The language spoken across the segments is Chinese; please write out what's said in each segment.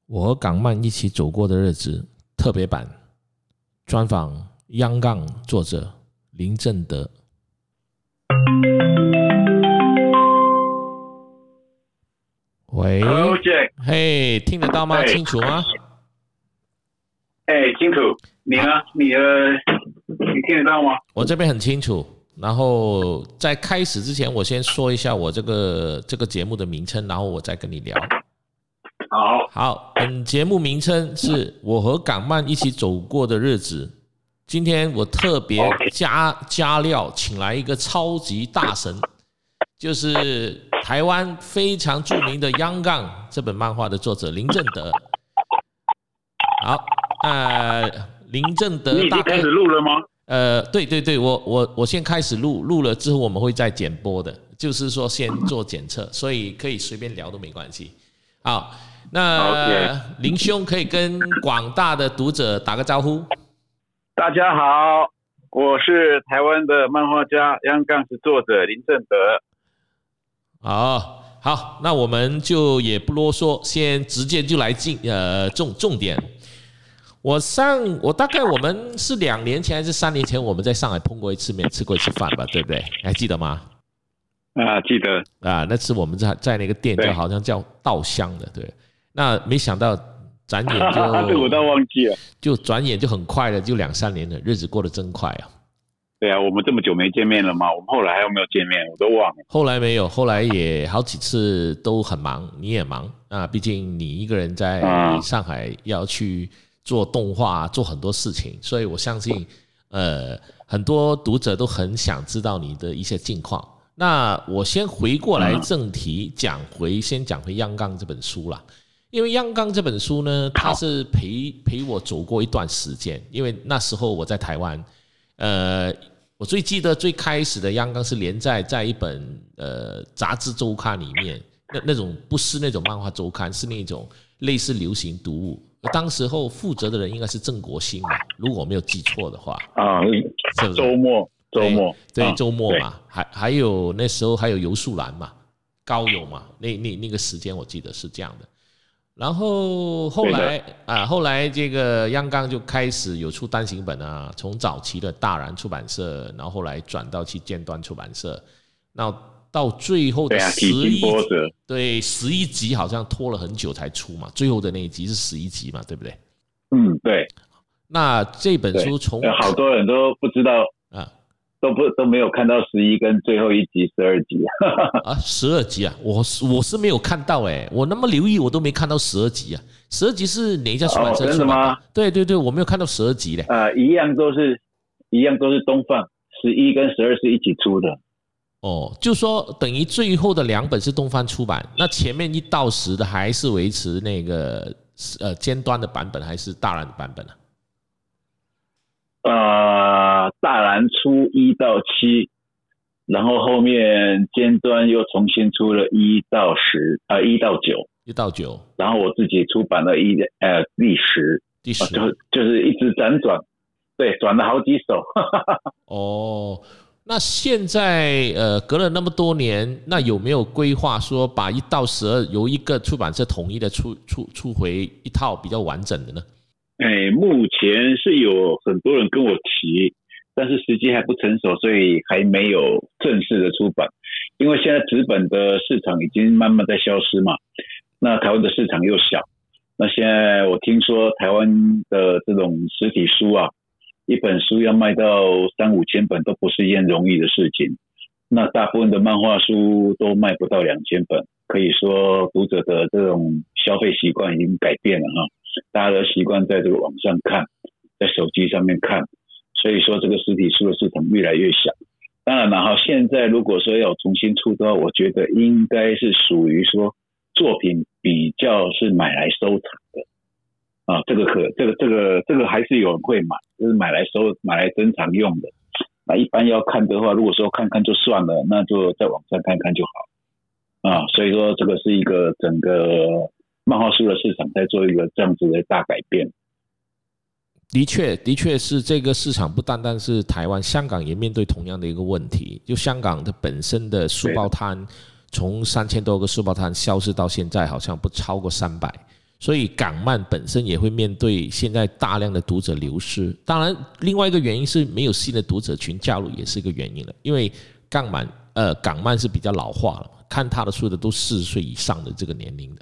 我和港漫一起走过的日子特别版，专访央杠作者林正德。喂 Hello Jack， 嘿，听得到吗？清楚吗？ 清楚。你呢？你听得到吗？ 我这边很清楚。然后在开始之前，我先说一下我这个节目的名称，然后我再跟你聊。好，本节目名称是我和港漫一起走过的日子。今天我特别加料，请来一个超级大神，就是台湾非常著名的央杠这本漫画的作者林正德。好，林正德， 你已经开始录了吗？ 对，我先开始录了之后，我们会再剪播的，就是说先做检测，所以可以随便聊都没关系。好，那林兄可以跟广大的读者打个招呼。 大家好，我是台湾的漫画家央杠是作者林正德。 好，那我们就也不啰嗦，先直接就来进重点。我大概我们是2年前还是3年前，我们在上海碰过一次面，吃过一次饭吧，对不对？还记得吗？ 记得那次我们在那个店好像叫稻香的，对。那没想到转眼就这我倒忘记了， 就转眼就很快了，就2-3年了，日子过得真快啊。 对啊，我们这么久没见面了吗？我们后来还有没有见面？我都忘了。 后来没有，后来也好几次都很忙，你也忙啊，毕竟你一个人在上海要去做动画，做很多事情，所以我相信很多读者都很想知道你的一些近况。那我先回过来正题，先讲回央杠这本书啦。因为央杠这本书呢，它是陪我走过一段时间，因为那时候我在台湾，我最记得最开始的央杠是连载在一本杂志周刊里面，那种不是那种漫画周刊，是那种类似流行读物。当时候负责的人应该是郑国兴嘛，如果我没有记错的话。 是周末对，周末嘛，还有那时候还有游树兰嘛，高友嘛，那个时间我记得是这样的。然后后来这个央杠就开始有出单行本啊，从早期的大然出版社，然后后来转到去尖端出版社，那到最后的11集好像拖了很久才出嘛，最后的那一集是11集嘛，对不对？ 对。 那这本书从好多人都不知道都没有看到11跟最后一集12集 12集啊，我是没有看到我那么留意我都没看到12集啊。12集是哪一家出版社出版的？真的吗？对，我没有看到12集嘞。 一样都是东放，11跟12是一起出的。 就说等于最后的2本是东方出版，那前面1到10的还是维持那个尖端的版本还是大然的版本啊？ 大然出1到7，然后后面尖端又重新出了1到9，然后我自己出版了第10，就是一直辗转，对，转了好几手。 那现在隔了那么多年，那有没有规划说把1到12由一个出版社统一的出回一套比较完整的呢？ 目前是有很多人跟我提，但是时机还不成熟，所以还没有正式的出版。因为现在纸本的市场已经慢慢在消失嘛，那台湾的市场又小，那现在我听说台湾的这种实体书啊，一本书要卖到3-5千本都不是一件容易的事情。那大部分的漫画书都卖不到2000本，可以说读者的这种消费习惯已经改变了大家的习惯在这个网上看，在手机上面看，所以说这个实体书的市场越来越小。当然了现在如果说要重新出的话，我觉得应该是属于说作品比较是买来收藏的这个还是有人会买，就是买来珍藏用的。那一般要看的话，如果说看看就算了，那就在网上看看就好所以说这个是一个整个漫画书的市场在做一个这样子的大改变。 的确是这个市场不单单是台湾，香港也面对同样的一个问题。就香港的本身的书报摊，从3000多个书报摊消失到现在好像不超过300， 所以港漫本身也会面对现在大量的读者流失。当然，另外一个原因是没有新的读者群加入，也是一个原因了。因为港漫是比较老化了，看他的书的都40岁以上的这个年龄的。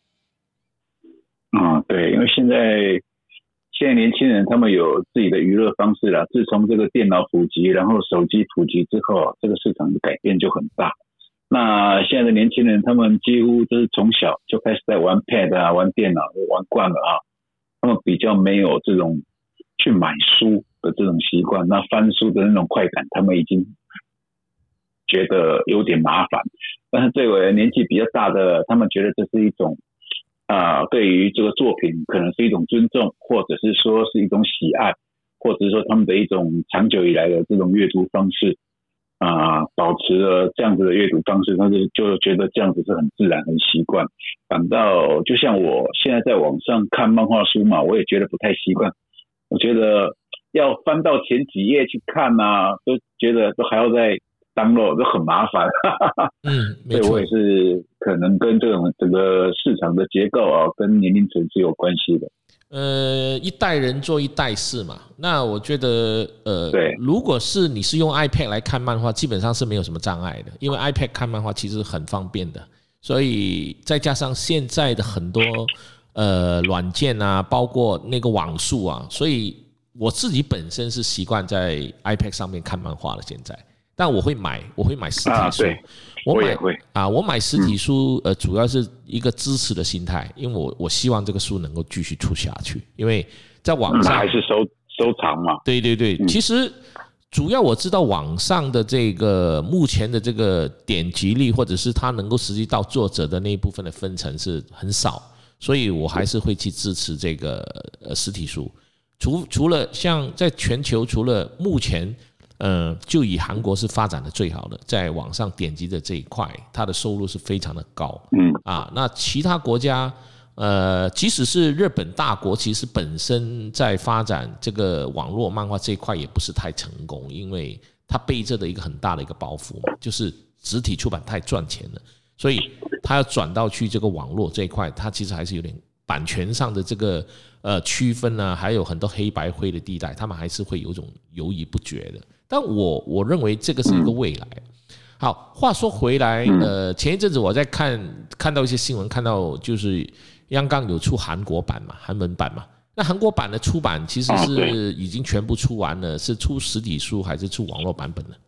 对，因为现在年轻人他们有自己的娱乐方式啦。自从这个电脑普及，然后手机普及之后，这个市场的改变就很大。那现在的年轻人，他们几乎都是从小就开始在玩 Pad 啊，玩电脑，玩惯了啊。他们比较没有这种去买书的这种习惯，那翻书的那种快感，他们已经觉得有点麻烦。但是对我年纪比较大的，他们觉得这是一种对于这个作品可能是一种尊重，或者是说是一种喜爱，或者是说他们的一种长久以来的这种阅读方式保持了这样子的阅读方式，但是就觉得这样子是很自然很习惯。反倒就像我现在在网上看漫画书嘛，我也觉得不太习惯。我觉得要翻到前几页去看都觉得都还要再download，都很麻烦。 没错。 所以我也是可能跟这种整个市场的结构跟年龄层是有关系的。 一代人做一代事嘛。那我觉得对， 如果是你是用 iPad 来看漫画，基本上是没有什么障碍的，因为 iPad 看漫画其实很方便的。所以再加上现在的很多软件啊，包括那个网速啊，所以我自己本身是习惯在 iPad 上面看漫画了。现在，但我会买实体书。 对，我也会我买实体书主要是一个支持的心态，因为我希望这个书能够继续出下去，因为在网上还是收藏嘛。 对，其实主要我知道网上的这个目前的这个点击率，或者是它能够实际到作者的那一部分的分成是很少，所以我还是会去支持这个实体书。除了像在全球，除了目前就以韩国是发展的最好的，在网上点击的这一块，它的收入是非常的高。那其他国家即使是日本大国，其实本身在发展这个网络漫画这一块也不是太成功，因为它背着的一个很大的一个包袱嘛，就是实体出版太赚钱了，所以它要转到去这个网络这一块，它其实还是有点版权上的这个区分啊，还有很多黑白灰的地带，他们还是会有一种犹豫不决的。但我认为这个是一个未来。好，话说回来，前一阵子我在看到一些新闻，看到就是央杠有出韩国版嘛，韩文版嘛。那韩国版的出版其实是已经全部出完了，是出实体书还是出网络版本呢？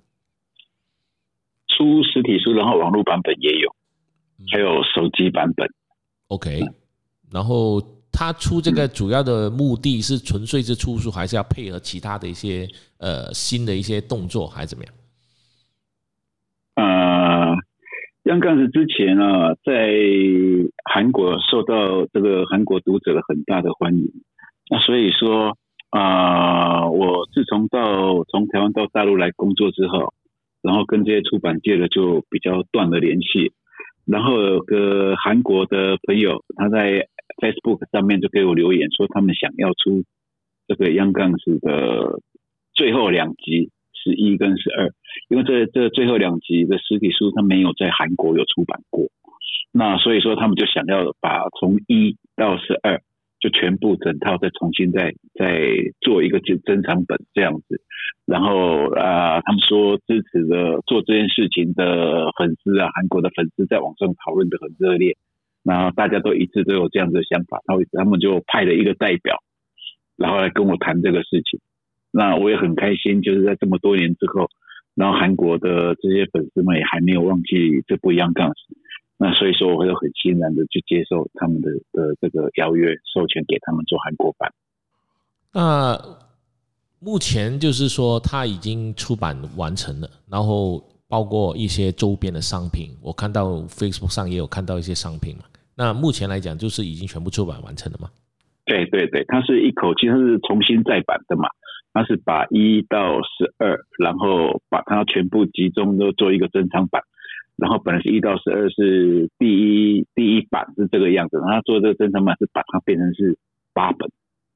出实体书，然后网络版本也有，还有手机版本。 OK， 然后他出这个主要的目的是纯粹是出书，还是要配合其他的一些新的一些动作，还是怎么样？ 央杠是之前在韩国受到这个韩国读者的很大的欢迎。那所以说我自从台湾到大陆来工作之后，然后跟这些出版界的就比较断了联系。然后有个韩国的朋友，他在 Facebook 上面就给我留言说，他们想要出这个央杠子的最后2集11跟12，因为这最后2集的实体书它没有在韩国有出版过，那所以说他们就想要把从1到12就全部整套再重新再做一个珍藏本这样子。然后他们说支持的做这件事情的粉丝韩国的粉丝在网上讨论的很热烈，然后大家都一致都有这样子的想法，他们就派了一个代表，然后来跟我谈这个事情。那我也很开心，就是在这么多年之后，然后韩国的这些粉丝们也还没有忘记这部央杠，那所以说我会很欣然的去接受他们的这个邀约，授权给他们做韩国版。 那目前就是说它已经出版完成了，然后包括一些周边的商品，我看到 Facebook 上也有看到一些商品嘛。那目前来讲就是已经全部出版完成了吗？ 对，它是一口气，它是重新再版的嘛。它是把1到12，然后把它全部集中都做一个珍藏版，然后本来是1到12是第一版是这个样子，然后他做这个珍藏版是把它变成是8本，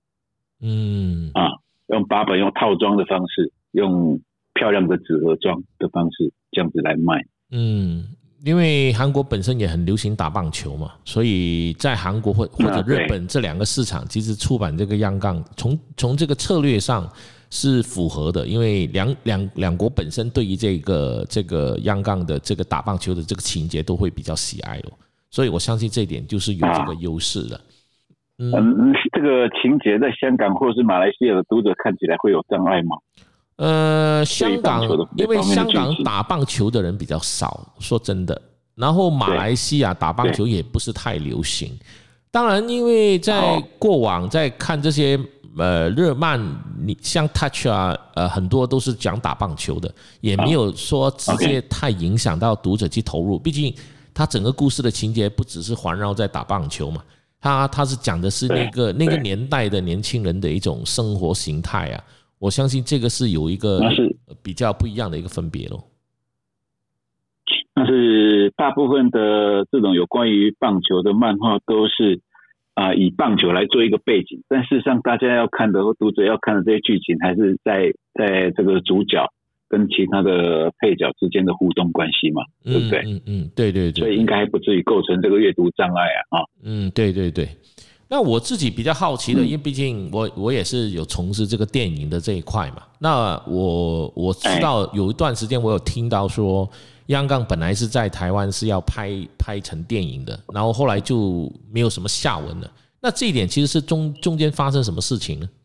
用8本用套装的方式，用漂亮的纸盒装的方式这样子来卖。 因为韩国本身也很流行打棒球嘛，所以在韩国或者日本这两个市场，其实出版这个央杠从这个策略上是符合的，因为两国本身对于这个央杠的这个打棒球的这个情节都会比较喜爱哦，所以我相信这一点就是有这个优势的。 这个情节在香港或是马来西亚的读者看起来会有障碍吗？ 香港因为香港打棒球的人比较少，说真的，然后马来西亚打棒球也不是太流行。当然，因为在过往在看这些日漫，你像 Touch 啊，很多都是讲打棒球的，也没有说直接太影响到读者去投入。毕竟它整个故事的情节不只是环绕在打棒球嘛，它是讲的是那个年代的年轻人的一种生活形态啊。我相信这个是有一个比较不一样的一个分别咯。 但是大部分的这种有关于棒球的漫画都是以棒球来做一个背景，但事实上大家要看的或读者要看的这些剧情，还是在这个主角跟其他的配角之间的互动关系嘛，对不对？ 对对对， 所以应该还不至于构成这个阅读障碍啊。 对对对。那我自己比较好奇的，因为毕竟我也是有从事这个电影的这一块嘛。那我知道有一段时间我有听到说，央杠本来是在台湾是要拍成电影的，然后后来就没有什么下文了。那这一点其实是中间发生什么事情呢？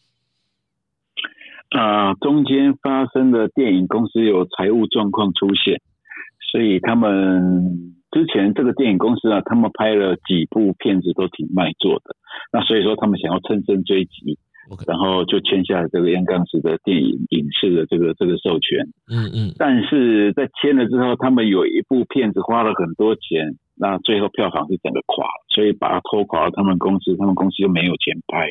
中间发生的电影公司有财务状况出现，所以他们之前这个电影公司他们拍了几部片子都挺卖座的，那所以说他们想要乘胜追击，然后就签下了这个央杠时的电影影视的这个授权。但是在签了之后，他们有一部片子花了很多钱，那最后票房是整个垮了，所以把它拖垮了他们公司就没有钱拍。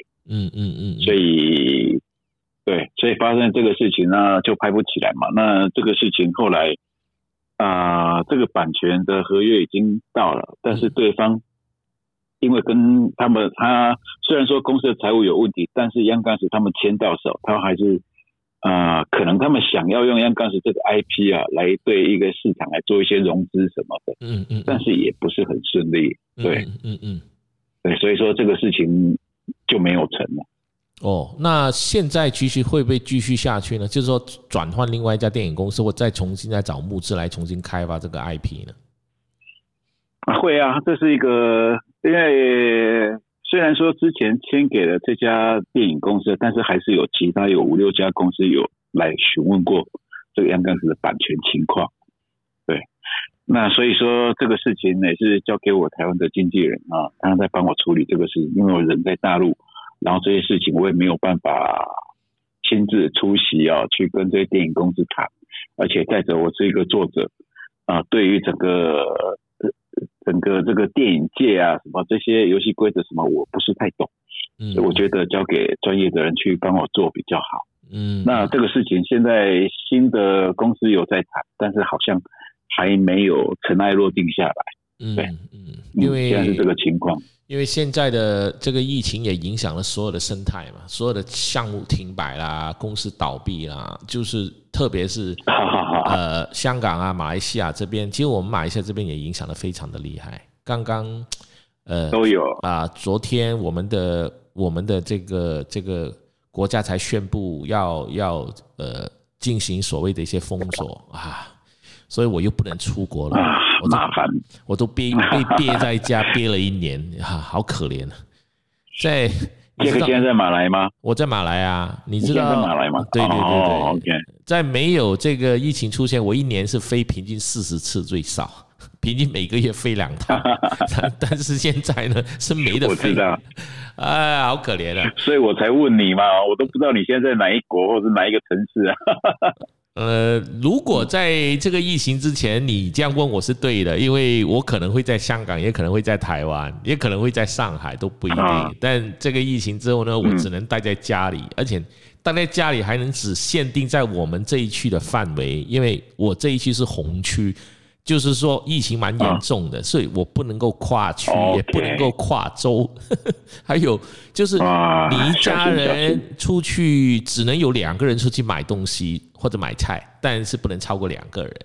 所以发生这个事情呢，就拍不起来嘛。那这个事情后来这个版权的合约已经到了，但是对方因为跟他虽然说公司的财务有问题，但是央杠时他们签到手，他还是可能他们想要用央杠时这个 IP 来对一个市场来做一些融资什么的，但是也不是很顺利，对，所以说这个事情就没有成了。 那现在继续会不会继续下去呢？就是说转换另外一家电影公司，或再重新再找募资来重新开发这个 IP 呢？ 会啊，这是一个，因为虽然说之前签给了这家电影公司，但是还是有其他有5-6家公司有来询问过这个央杠时的版权情况。对，那所以说这个事情也是交给我台湾的经纪人他在帮我处理这个事情，因为我人在大陆。然后这些事情我也没有办法亲自出席去跟这些电影公司谈，而且再者我是一个作者对于整个这个电影界什么这些游戏规则什么我不是太懂，所以我觉得交给专业的人去帮我做比较好。那这个事情现在新的公司有在谈，但是好像还没有尘埃落定下来。对， 因为现在是这个情况。 因为现在的这个疫情也影响了所有的生态嘛，所有的项目停摆啦，公司倒闭啦，就是特别是香港啊、马来西亚这边，其实我们马来西亚这边也影响得非常的厉害。刚刚都有昨天我们的这个国家才宣布要进行所谓的一些封锁所以我又不能出国了， 麻烦， 我都被憋在家憋了1年，好可怜啊！ 现在在马来吗？ 我在马来啊，你知道？ 你在马来吗？ 对对对对， 在没有这个疫情出现，我1年是飞平均40次最少，平均每个月飞2趟，但是现在呢是没得飞。我知道，好可怜啊！ 所以我才问你嘛，我都不知道你现在在哪一国或者哪一个城市啊。 如果在这个疫情之前你这样问我是对的，因为我可能会在香港，也可能会在台湾，也可能会在上海，都不一定。但这个疫情之后呢，我只能待在家里，而且待在家里还能只限定在我们这一区的范围，因为我这一区是红区，就是说疫情蛮严重的，所以我不能够跨区，也不能够跨州。还有就是你一家人出去只能有2个人出去买东西或者买菜，但是不能超过2个人。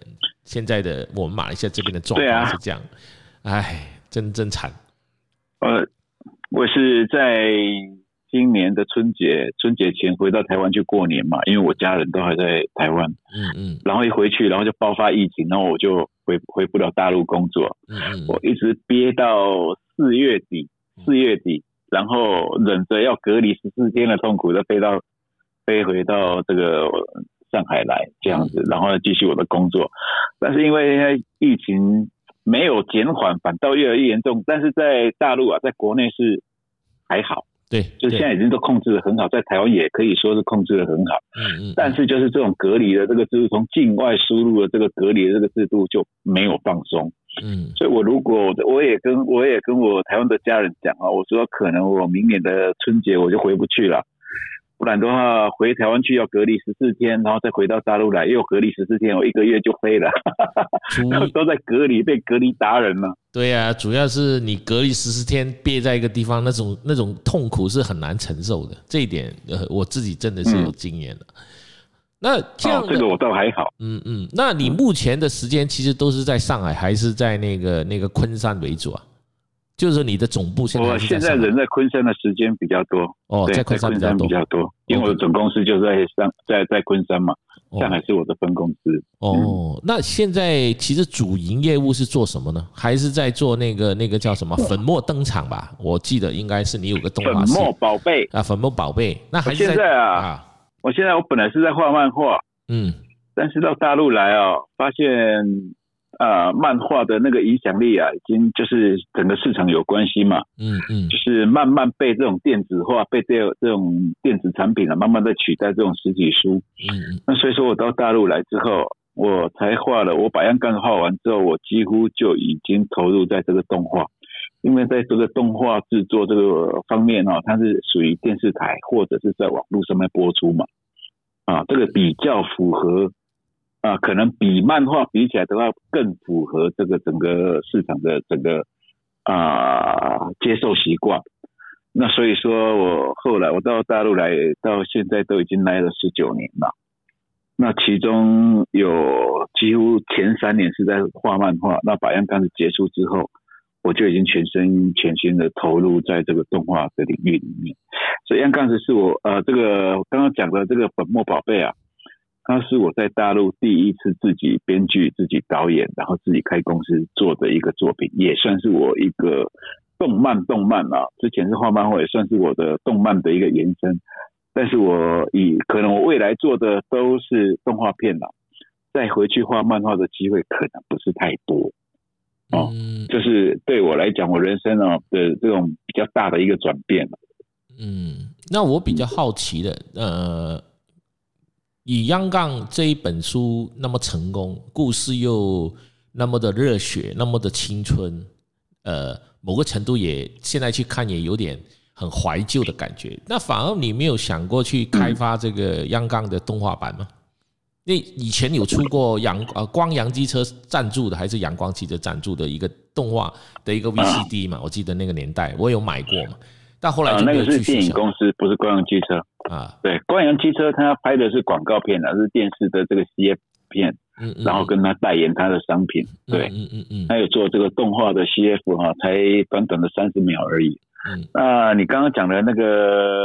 现在的我们马来西亚这边的状况是这样，真惨。 我是在今年的春节前回到台湾去过年嘛，因为我家人都还在台湾，然后一回去，然后就爆发疫情，然后我就回不了大陆工作，我一直憋到4月底，然后忍着要隔离14天的痛苦，再飞回到这个上海来这样子，然后继续我的工作。但是因为疫情没有减缓，反倒越来越严重，但是在大陆在国内是还好。 对， 就是现在已经都控制得很好，在台湾也可以说是控制得很好。但是就是这种隔离的这个制度，从境外输入的这个隔离的这个制度就没有放松。所以我也跟我台湾的家人讲我说可能我明年的春节我就回不去了。不然的话，回台湾去要隔离14天，然后再回到大陆来又隔离14天，我1个月就飞了，都在隔离，被隔离达人了。 对啊，主要是你隔离14天憋在一个地方，那种痛苦是很难承受的。这一点我自己真的是有经验的。那这样这个我倒还好。 那你目前的时间其实都是在上海，还是在那个昆山为主啊？就是你的总部我现在人在昆山的时间比较多。 在昆山比较多， 因为我的总公司就在昆山嘛，上海是我的分公司。 那现在其实主营业务是做什么呢？还是在做那个叫什么粉墨登场吧？我记得应该是你有个动画系粉墨宝贝粉墨宝贝。那还是现在我本来是在画漫画，但是到大陆来发现漫画的那个影响力已经就是整个市场有关系嘛，就是慢慢被这种电子化，被这种电子产品慢慢在取代这种实体书，那所以说我到大陆来之后，我才我把样杠画完之后，我几乎就已经投入在这个动画，因为在这个动画制作这个方面它是属于电视台或者是在网络上面播出嘛，这个比较符合。可能比漫画比起来的话，更符合这个整个市场的整个接受习惯。那所以说我后来我到大陆来，到现在都已经来了19年了。那其中有几乎前3年是在画漫画，那把样杠结束之后，我就已经全心的投入在这个动画的领域里面。所以样杠是我这个刚刚讲的这个粉墨宝贝它是我在大陆第一次自己编剧、自己导演，然后自己开公司做的一个作品，也算是我一个动漫之前是画漫画，也算是我的动漫的一个延伸。但是可能我未来做的都是动画片再回去画漫画的机会可能不是太多。就是对我来讲，我人生的这种比较大的一个转变。 那我比较好奇的以样杠这一本书那么成功，故事又那么的热血，那么的青春，某个程度也现在去看也有点很怀旧的感觉。那反而你没有想过去开发这个样杠的动画版吗？因为以前有出过光阳机车赞助的，还是阳光汽车赞助的一个动画的一个 VCD 嘛，我记得那个年代我有买过嘛。但后来就没有继续那个是电影公司，不是光阳机车对，光阳机车他拍的是广告片是电视的这个 CF 片，然后跟他代言他的商品。对，他有做这个动画的 CF 才短短的30秒而已。那你刚刚讲的那个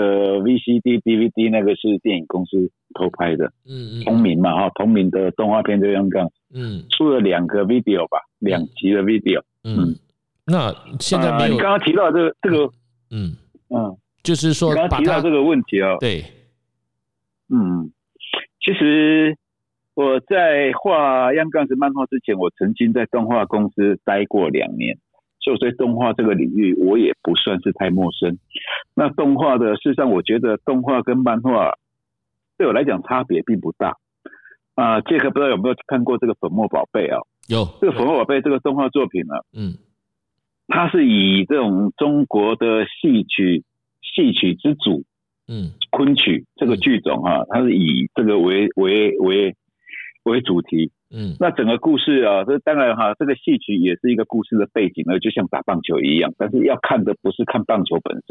VCD DVD 那个是电影公司偷拍的，同名嘛同名的动画片就样杠，出了2个 video 吧，2集的 video。 那现在没有。 你刚刚提到这个就是说刚刚提到这个问题对， 其实我在画样杠子漫画之前，我曾经在动画公司待过2年，所以我对动画这个领域我也不算是太陌生。那动画的事实上，我觉得动画跟漫画对我来讲差别并不大。杰克不知道有没有看过这个粉墨宝贝有。 这个粉墨宝贝这个动画作品它是以这种中国的戏曲之祖昆曲这个剧种它是以这个为主题。那整个故事这当然这个戏曲也是一个故事的背景，就像打棒球一样，但是要看的不是看棒球本身，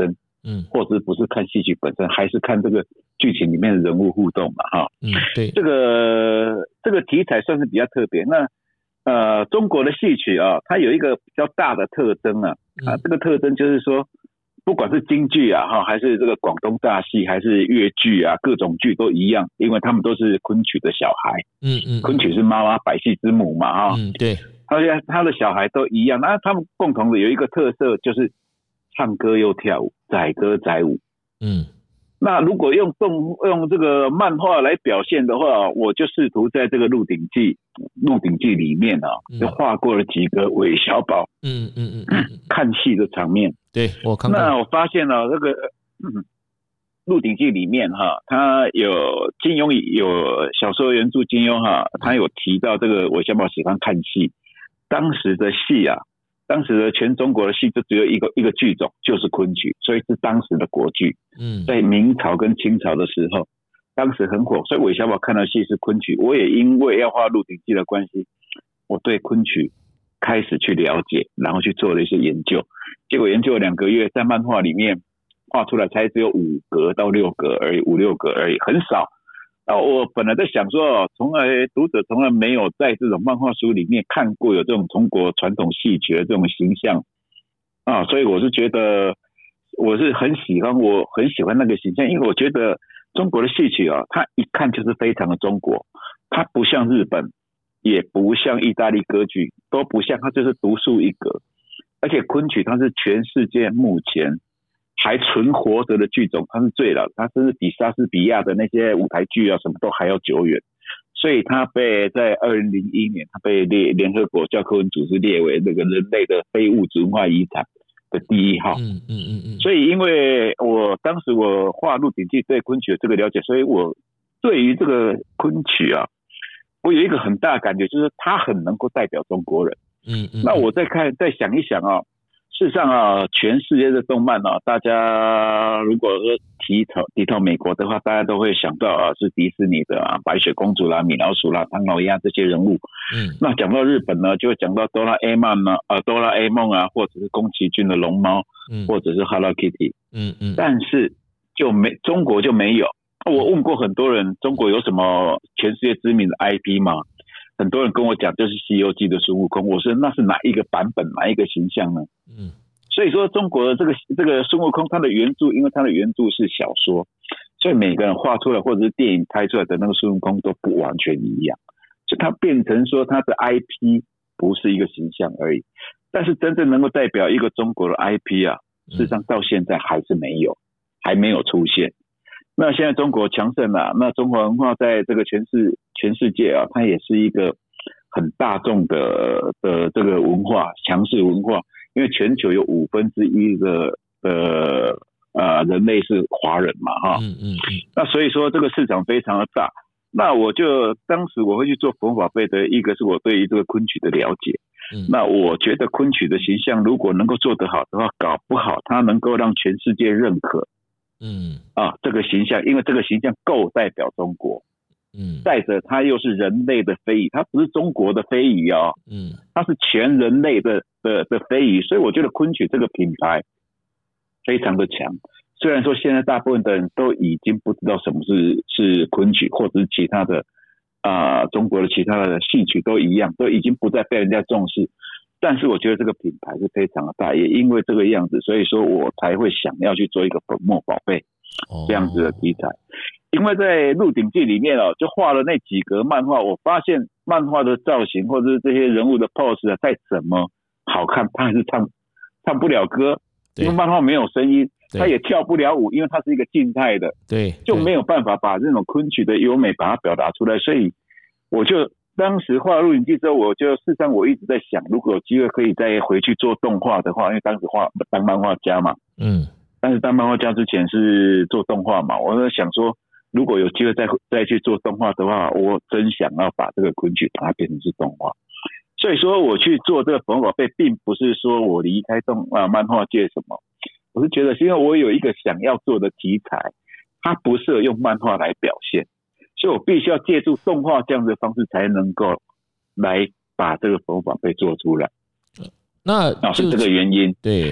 或者不是看戏曲本身，还是看这个剧情里面的人物互动嘛，哈。 对， 这个题材算是比较特别。那中国的戏曲啊，它有一个比较大的特征啊，这个特征就是说，不管是京剧啊，哈，还是这个广东大戏，还是粤剧啊，各种剧都一样，因为他们都是昆曲的小孩。昆曲是妈妈百戏之母嘛，哈。 对。 他的小孩都一样，那他们共同的有一个特色就是唱歌又跳舞，载歌载舞。那如果用这个漫画来表现的话，我就试图在这个鹿鼎记里面啊，就画过了几个韦小宝看戏的场面。 对，我看过。 那我发现了这个鹿鼎记里面哈，他有金庸有小说原著金庸哈，他有提到这个韦小宝喜欢看戏。当时的戏啊，当时的全中国的戏就只有一个剧种，就是昆曲，所以是当时的国剧。在明朝跟清朝的时候，当时很火，所以韦小宝看到戏是昆曲。我也因为要画鹿鼎记的关系，我对昆曲开始去了解，然后去做了一些研究。结果研究了2个月，在漫画里面画出来才只有5格到6格而已，5、6格而已，很少。我本来在想说，读者从来没有在这种漫画书里面看过有这种中国传统戏曲的这种形象啊，所以我是觉得我很喜欢那个形象，因为我觉得中国的戏曲啊，它一看就是非常的中国，它不像日本，也不像意大利歌剧，都不像，它就是独树一格。而且昆曲它是全世界目前还存活着的剧种，它是最老，它甚至比莎士比亚的那些舞台剧啊什么都还要久远，所以它在2001年，它被联合国教科文组织列为那个人类的非物质文化遗产的第1号。所以因为当时我画鹿鼎记对昆曲的这个了解，所以我对于这个昆曲啊，我有一个很大的感觉，就是它很能够代表中国人。那我再想一想啊。事实上啊，全世界的动漫啊，大家如果说提到美国的话，大家都会想到啊，是迪士尼的啊，白雪公主啦、米老鼠啦、唐老鸭这些人物。那讲到日本呢，就会讲到哆啦 A 梦啊，或者是宫崎骏的龙猫，或者是 Hello Kitty。但是中国就没有。我问过很多人，中国有什么全世界知名的 IP 吗？很多人跟我讲就是《西游记》的孙悟空，我说那是哪一个版本，哪一个形象呢？所以说中国的这个孙悟空，他的原著，因为他的原著是小说，所以每个人画出来或者是电影拍出来的那个孙悟空都不完全一样，所以他变成说他的 IP 不是一个形象而已。但是真正能够代表一个中国的 IP 啊，事实上到现在还没有出现。那现在中国强盛了，那中华文化在这个全世界啊，它也是一个很大众的这个文化，强势文化，因为全球有1/5的人类是华人嘛，哈。那所以说这个市场非常的大。那当时我会去做冯宝贝的一个是我对于这个昆曲的了解。那我觉得昆曲的形象如果能够做得好的话，搞不好它能够让全世界认可。这个形象，因为这个形象够代表中国。再者它又是人类的非遗，它不是中国的非遗哦。它是全人类的非遗，所以我觉得昆曲这个品牌非常的强。虽然说现在大部分的人都已经不知道什么是昆曲，或者是其他的中国的其他的戏曲都一样，都已经不再被人家重视。但是我觉得这个品牌是非常的大，也因为这个样子，所以说我才会想要去做一个粉墨宝贝这样子的题材。因为在鹿鼎记里面就画了那几格漫画，我发现漫画的造型或者是这些人物的 pose 再怎么好看，他还是唱不了歌，因为漫画没有声音，他也跳不了舞，因为它是一个静态的，就没有办法把这种昆曲的优美把它表达出来。所以我就当时画鹿鼎记之后，事实上我一直在想，如果有机会可以再回去做动画的话，因为当时当漫画家嘛，但是当漫画家之前是做动画嘛，我在想说，如果有机会再去做动画的话，我真想要把这个昆曲把它变成是动画。所以说我去做这个粉墨宝贝，并不是说我离开漫画界什么，我是觉得是因为我有一个想要做的题材，它不适合用漫画来表现，所以我必须要借助动画这样的方式才能够来把这个粉墨宝贝做出来。 那是这个原因。 对，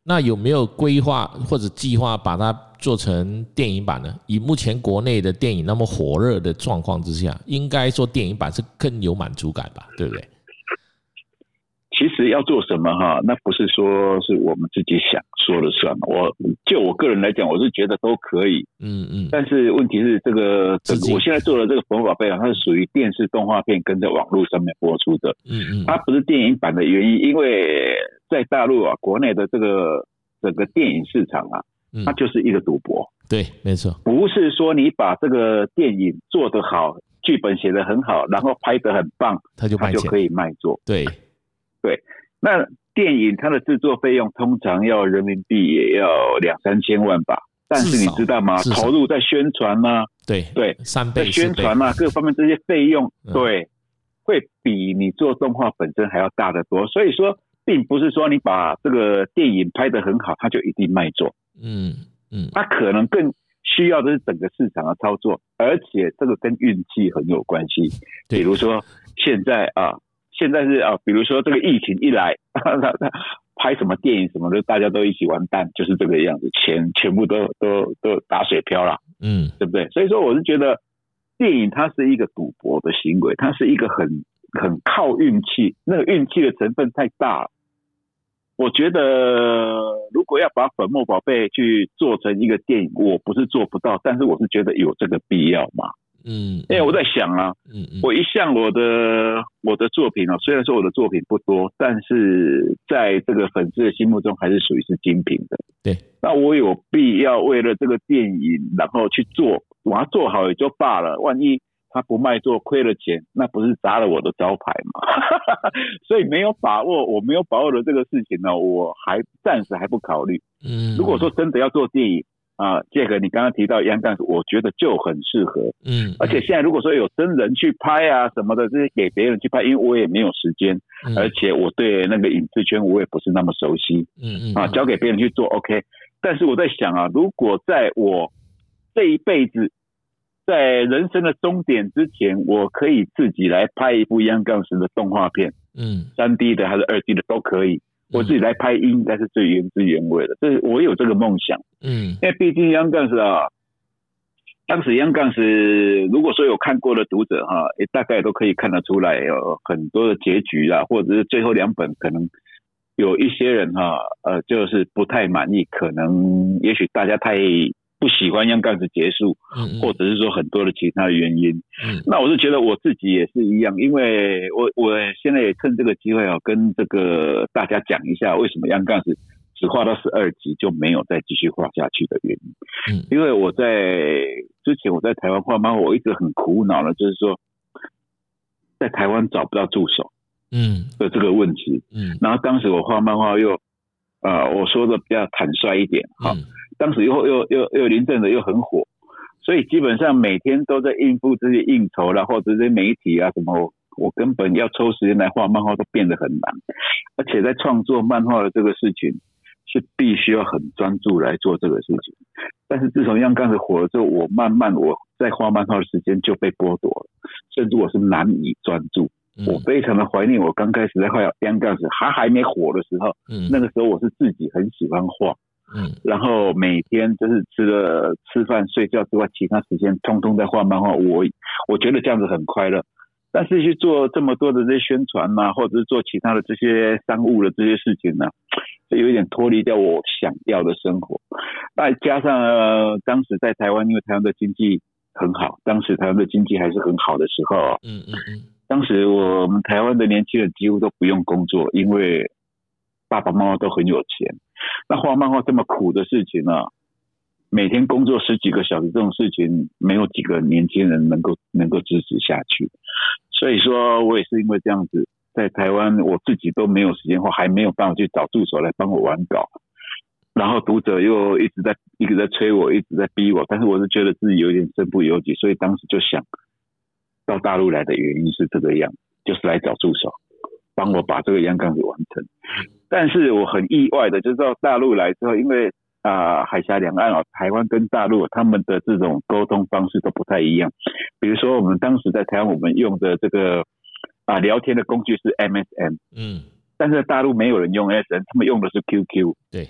那有没有规划或者计划把它做成电影版呢？以目前国内的电影那么火热的状况之下，应该做电影版是更有满足感吧，对不对？ 其实要做什么哈，那不是说是我们自己想说了算。就我个人来讲，我是觉得都可以。但是问题是这个我现在做的这个《粉宝贝》它是属于电视动画片跟在网络上面播出的。它不是电影版的原因，因为在大陆啊，国内的这个整个电影市场啊，它就是一个赌博。 对，没错。不是说你把这个电影做得好，剧本写得很好，然后拍得很棒，它就可以卖座。 对。 那电影它的制作费用通常要人民币也要2-3千万吧，但是你知道吗？投入在宣传啊， 对，3倍、 宣传啊，各方面这些费用，对，会比你做动画本身还要大得多。所以说，并不是说你把这个电影拍得很好，它就一定卖座。它可能更需要的是整个市场的操作，而且这个跟运气很有关系。比如说现在是比如说这个疫情一来，拍什么电影什么的，大家都一起完蛋，就是这个样子，钱全部都打水漂了，对不对？所以说我是觉得电影它是一个赌博的行为，它是一个很靠运气，那个运气的成分太大了。我觉得如果要把《粉墨宝贝》去做成一个电影，我不是做不到，但是我是觉得有这个必要嘛。因为我在想啊，我一向我的作品啊，虽然说我的作品不多，但是在这个粉丝的心目中还是属于是精品的。 对， 那我有必要为了这个电影，然后去做，把它做好也就罢了，万一他不卖座亏了钱，那不是砸了我的招牌吗？所以我没有把握的这个事情呢，我暂时还不考虑。如果说真的要做电影这个你刚刚提到Young Guns，我觉得就很适合。而且现在如果说有真人去拍啊什么的，这些给别人去拍，因为我也没有时间，而且我对那个影视圈我也不是那么熟悉。交给别人去做 OK。但是我在想啊，如果在我这一辈子，在人生的终点之前，我可以自己来拍一部Young Guns的动画片，3D 的还是2D 的都可以。我自己来拍应该是最原汁原味的，这我有这个梦想。因为毕竟Young Guns当时Young Guns如果说有看过的读者大概都可以看得出来，有很多的结局或者是最后2本可能有一些人就是不太满意，可能也许大家太不喜欢Young Guns结束，或者是说很多的其他的原因。那我是觉得我自己也是一样，因为我现在也趁这个机会跟这个大家讲一下为什么Young Guns只画到12集就没有再继续画下去的原因。因为之前我在台湾画漫画，我一直很苦恼的就是说在台湾找不到助手的这个问题。然后当时我画漫画又我说的比较坦率一点当时又林正的又很火，所以基本上每天都在应付这些应酬啦，或者这些媒体什么，我根本要抽时间来画漫画都变得很难。而且在创作漫画的这个事情是必须要很专注来做这个事情。但是自从Young Guns火了之后，我在画漫画的时间就被剥夺了，甚至我是难以专注。我非常的怀念我刚开始在画Young Guns还没火的时候，那个时候我是自己很喜欢画。然后每天就是除了吃饭睡觉之外，其他时间通通在画漫画，我觉得这样子很快乐。但是去做这么多的这些宣传或者是做其他的这些商务的这些事情就有一点脱离掉我想要的生活。那加上当时在台湾，因为台湾的经济很好，当时台湾的经济还是很好的时候当时我们台湾的年轻人几乎都不用工作，因为爸爸妈妈都很有钱。那画漫画这么苦的事情每天工作10几个小时这种事情，没有几个年轻人能够支持下去。所以说我也是因为这样子，在台湾我自己都没有时间画，还没有办法去找助手来帮我完稿，然后读者又一直在催我，一直在逼我，但是我是觉得自己有点身不由己，所以当时就想到大陆来的原因是这个样，就是来找助手帮我把这个Young Guns完成。但是我很意外的就是到大陆来之后，因为海峡两岸台湾跟大陆他们的这种沟通方式都不太一样。比如说我们当时在台湾我们用的这个聊天的工具是MSN，但是大陆没有人用 MSN， 他们用的是 QQ。 对，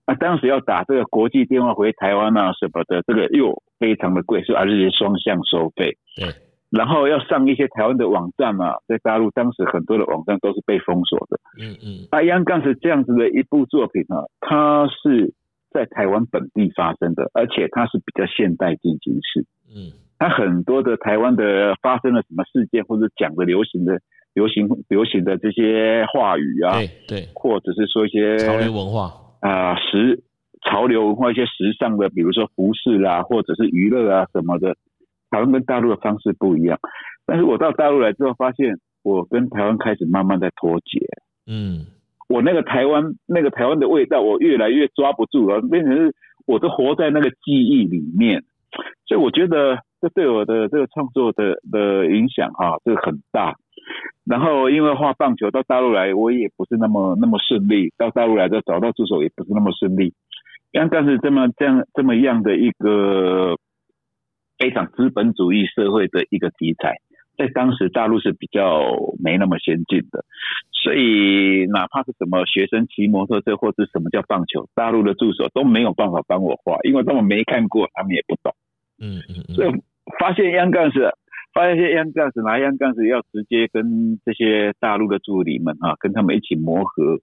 当时要打这个国际电话回台湾啊什么的，这个又非常的贵，而且是双向收费。 对。 然后要上一些台湾的网站啊，在大陆当时很多的网站都是被封锁的。Young Guns 这样子的一部作品啊，它是在台湾本地发生的，而且它是比较现代进行式。它很多的台湾的发生了什么事件，或者讲的流行的这些话语啊， 对， 或者是说一些潮流文化潮流文化一些时尚的，比如说服饰啦，或者是娱乐啊什么的，台湾跟大陆的方式不一样。但是我到大陆来之后，发现我跟台湾开始慢慢在脱节。我那个台湾的味道，我越来越抓不住了，变成是我都活在那个记忆里面。所以我觉得这对我的这个创作的影响这个很大。然后因为画棒球到大陆来，我也不是那么顺利，到大陆来之后找到助手也不是那么顺利。但是这么样的一个非常资本主义社会的一个题材，在当时大陆是比较没那么先进的，所以哪怕是什么学生骑摩托车或是什么叫棒球，大陆的助手都没有办法帮我画，因为他们没看过，他们也不懂。所以发现 Young Guns 拿 Young Guns 要直接跟这些大陆的助理们跟他们一起磨合，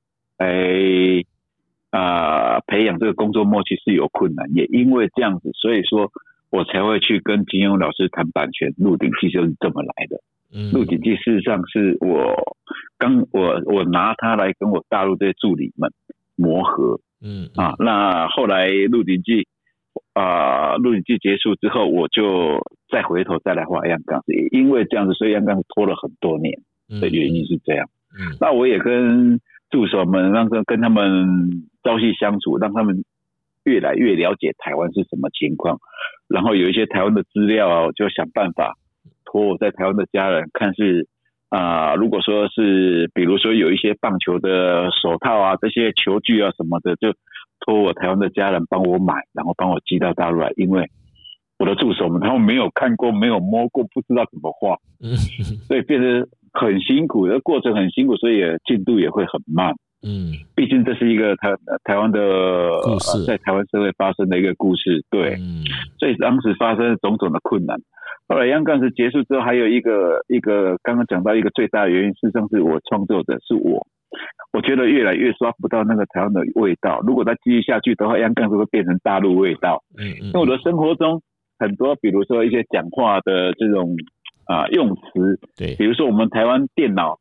培养这个工作默契是有困难，也因为这样子，所以说我才会去跟金庸老师谈版权，《鹿鼎记》就是这么来的。《鹿鼎记》事实上是我拿它来跟我大陆这些助理们磨合。那后来《鹿鼎记》结束之后，我就再回头再来画 Young Guns， 也因为这样子，所以 Young Guns 拖了很多年的原因是这样。那我也跟助手们跟他们朝夕相处，让他们越来越了解台湾是什么情况，然后有一些台湾的资料我就想办法托我在台湾的家人看是如果说是比如说有一些棒球的手套这些球具什么的，就托我台湾的家人帮我买，然后帮我寄到大陆来，因为我的助手们他们没有看过，没有摸过，不知道怎么画，所以变得很辛苦，过程很辛苦，所以进度也会很慢。毕竟这是一个台湾的故事，在台湾社会发生的一个故事，对，所以当时发生种种的困难。后来 Young Guns 结束之后，还有一个刚刚讲到一个最大的原因，事实上是我创作者是我觉得越来越抓不到那个台湾的味道，如果再继续下去的话 Young Guns 会变成大陆味道。因为我的生活中很多比如说一些讲话的这种用词，对，比如说我们台湾电脑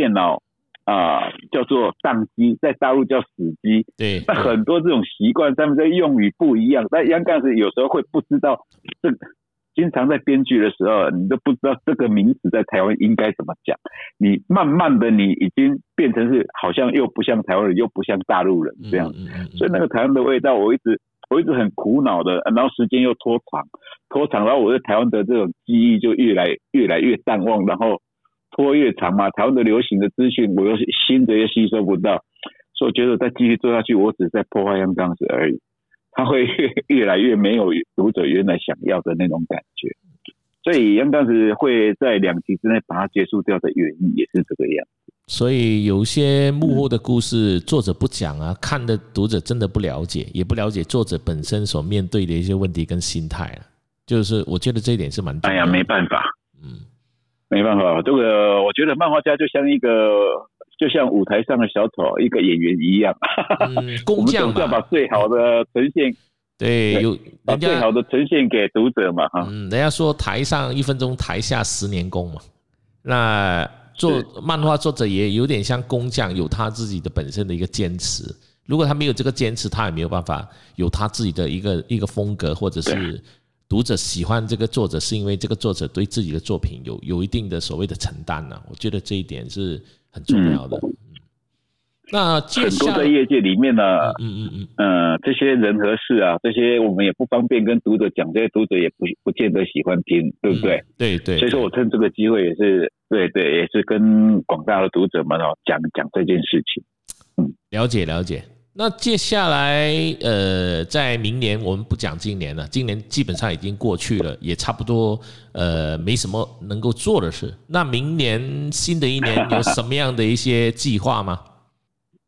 叫做宕机，在大陆叫死机，对，那很多这种习惯他们在用语不一样，但 Young Guns 有时候会不知道经常在编剧的时候，你都不知道这个名词在台湾应该怎么讲，你慢慢的你已经变成是好像又不像台湾人又不像大陆人这样，所以那个台湾的味道我一直很苦恼的，然后时间又拖长，然后我对台湾的这种记忆就越来越淡忘，然后拖越长嘛，台湾的流行的资讯我又新的又吸收不到，所以我觉得再继续做下去我只是在破坏 Young Guns 而已，它会越来越没有读者原来想要的那种感觉，所以 Young Guns 会在2集之内把它结束掉的原因也是这个样子。 所以有些幕后的故事作者不讲看的读者真的不了解，也不了解作者本身所面对的一些问题跟心态就是我觉得这一点是蛮重要的。 没办法，没办法，这个我觉得漫画家就像舞台上的小丑，一个演员一样， 工匠嘛， 我们总是要把最好的呈现， 对， 把最好的呈现给读者嘛， 人家说台上1分钟，台下10年功嘛。那做漫画作者也有点像工匠，有他自己的本身的一个坚持。如果他没有这个坚持，他也没有办法有他自己的一个风格，或者是读者喜欢这个作者，是因为这个作者对自己的作品有一定的所谓的承担我觉得这一点是很重要的。那接下来很多在业界里面这些人和事这些我们也不方便跟读者讲，这些读者也不见得喜欢听，对不对？ 对， 所以说我趁这个机会也是也是跟广大的读者们讲这件事情。 了解。那接下来在明年，我们不讲今年了，今年基本上已经过去了，也差不多没什么能够做的事。那明年新的一年有什么样的一些计划吗？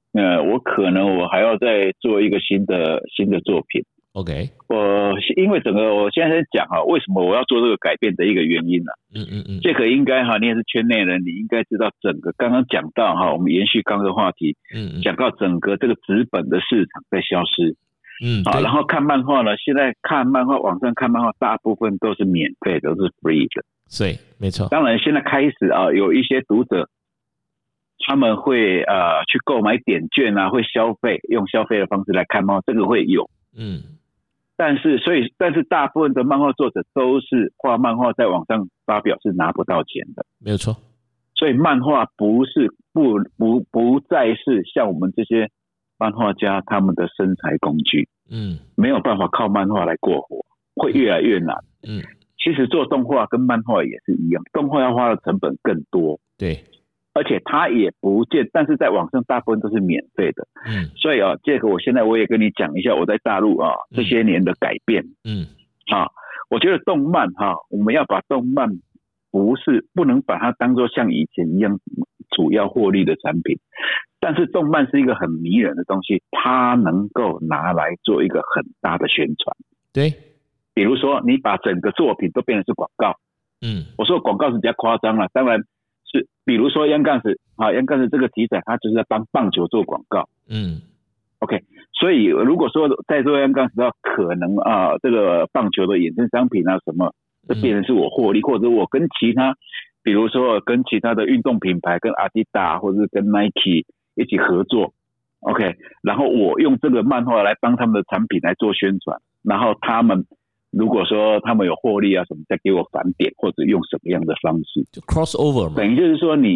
我可能还要再做一个新的作品。 OK， 因为我现在在讲为什么我要做这个改变的一个原因呢？这个应该你也是圈内人，你应该知道整个刚刚讲到我们延续刚刚的话题，讲到整个这个纸本的市场在消失，然后看漫画呢，现在看漫画，网上看漫画大部分都是免费的，都是 free 的， 对，没错。 当然现在开始有一些读者他们会去购买点券会消费，用消费的方式来看漫画，这个会有，但是大部分的漫画作者都是画漫画在网上发表是拿不到钱的， 没有错。 所以漫画不再是像我们这些漫画家他们的生财工具，没有办法靠漫画来过活，会越来越难。其实做动画跟漫画也是一样，动画要花的成本更多， 对， 而且它也不见，但是在网上大部分都是免费的。所以这个我也跟你讲一下我在大陆这些年的改变。我觉得动漫我们要把动漫不能把它当作像以前一样主要获利的产品，但是动漫是一个很迷人的东西，它能够拿来做一个很大的宣传。 对， 比如说你把整个作品都变成是广告，我说广告是比较夸张了，当然是比如说央杠子这个题材，它就是在帮棒球做广告。OK， 所以如果说在做央杠子的话，可能这个棒球的衍生商品什么，这变成是我获利，或者我跟其他，比如说跟其他的运动品牌，跟 Adidas 或者是跟 Nike 一起合作 ，OK， 然后我用这个漫画来帮他们的产品来做宣传，然后他们如果说他们有获利什么，再给我返点，或者用什么样的方式， 就 crossover 嘛， 等于就是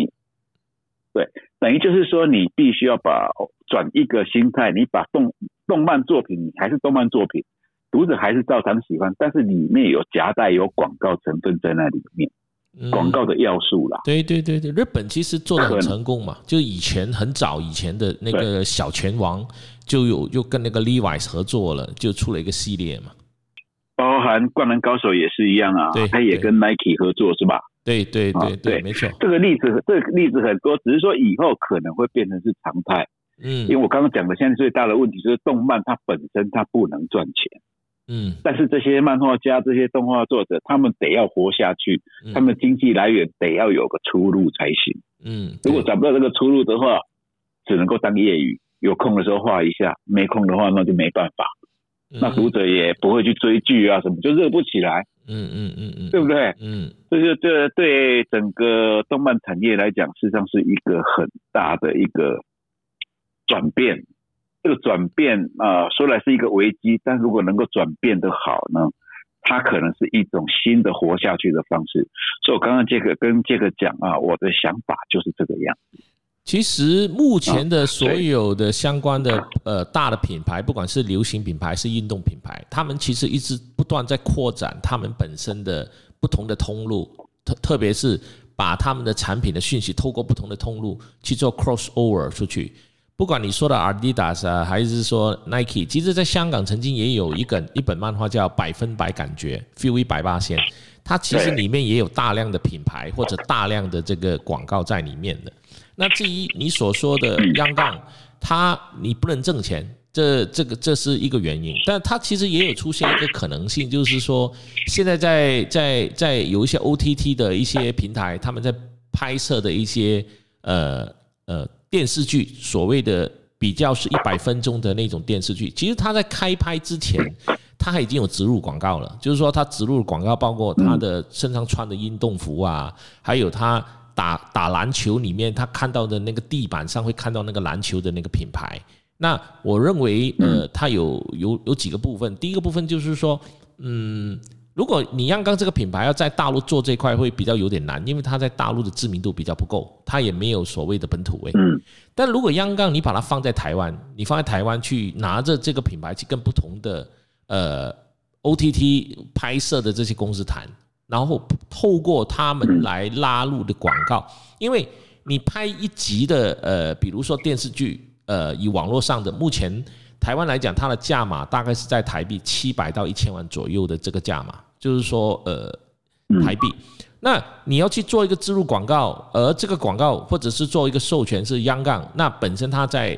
说你必须要转一个心态，你把动漫作品，你还是动漫作品，读者还是照常喜欢，但是里面有夹带有广告成分在那里面，广告的要素啦。 对，日本其实做得很成功嘛，就很早以前的那个小拳王就跟那个 Levi's 合作了，就出了一个系列嘛。 包含灌篮高手也是一样他也跟 Nike 合作是吧？ 对，没错。 这个例子很多，只是说以后可能会变成是常态。因为我刚刚讲的现在最大的问题就是动漫它本身它不能赚钱。但是这些漫画家、这些动画作者，他们得要活下去，他们经济来源得要有个出路才行。如果找不到这个出路的话，只能够当业余，有空的时候画一下，没空的话那就没办法。那读者也不会去追剧什么，就热不起来。对不对？这对整个动漫产业来讲，事实上是一个很大的一个转变。这个转变说来是一个危机，但如果能够转变得好呢，它可能是一种新的活下去的方式。所以我刚刚跟这个讲我的想法就是这个样子。 其实目前的所有的相关的大的品牌，不管是流行品牌还是运动品牌，他们其实一直不断在扩展他们本身的不同的通路，特别是把他们的产品的讯息透过不同的通路去做 crossover 出去。不管你说的 Adidas 还是说 Nike， 其实在香港曾经也有一本漫画叫100%感觉 Feel 180%，它其实里面也有大量的品牌或者大量的这个广告在里面的。那至于你所说的央杠，你不能挣钱，这是一个原因，但它其实也有出现一个可能性，就是说现在在有一些 OTT 的一些平台，他们在拍摄的一些电视剧，所谓的比较是100分钟的那种电视剧，其实它在开拍之前，它已经有植入广告了，就是说它植入的广告包括它的身上穿的运动服还有它打篮球里面他看到的那个地板上会看到那个篮球的那个品牌。那我认为它有几个部分。第一个部分就是说如果你央杠这个品牌要在大陆做这块会比较有点难，因为它在大陆的知名度比较不够，它也没有所谓的本土味。但如果央杠你把它放在台湾，你放在台湾去拿着这个品牌去跟不同的OTT 拍摄的这些公司谈，然后透过他们来拉入的广告，因为你拍一集的比如说电视剧，以网络上的目前台湾来讲，它的价码大概是在台币700到1000万左右的这个价码，就是说台币。那你要去做一个植入广告，而这个广告或者是做一个授权是央杠，那本身它在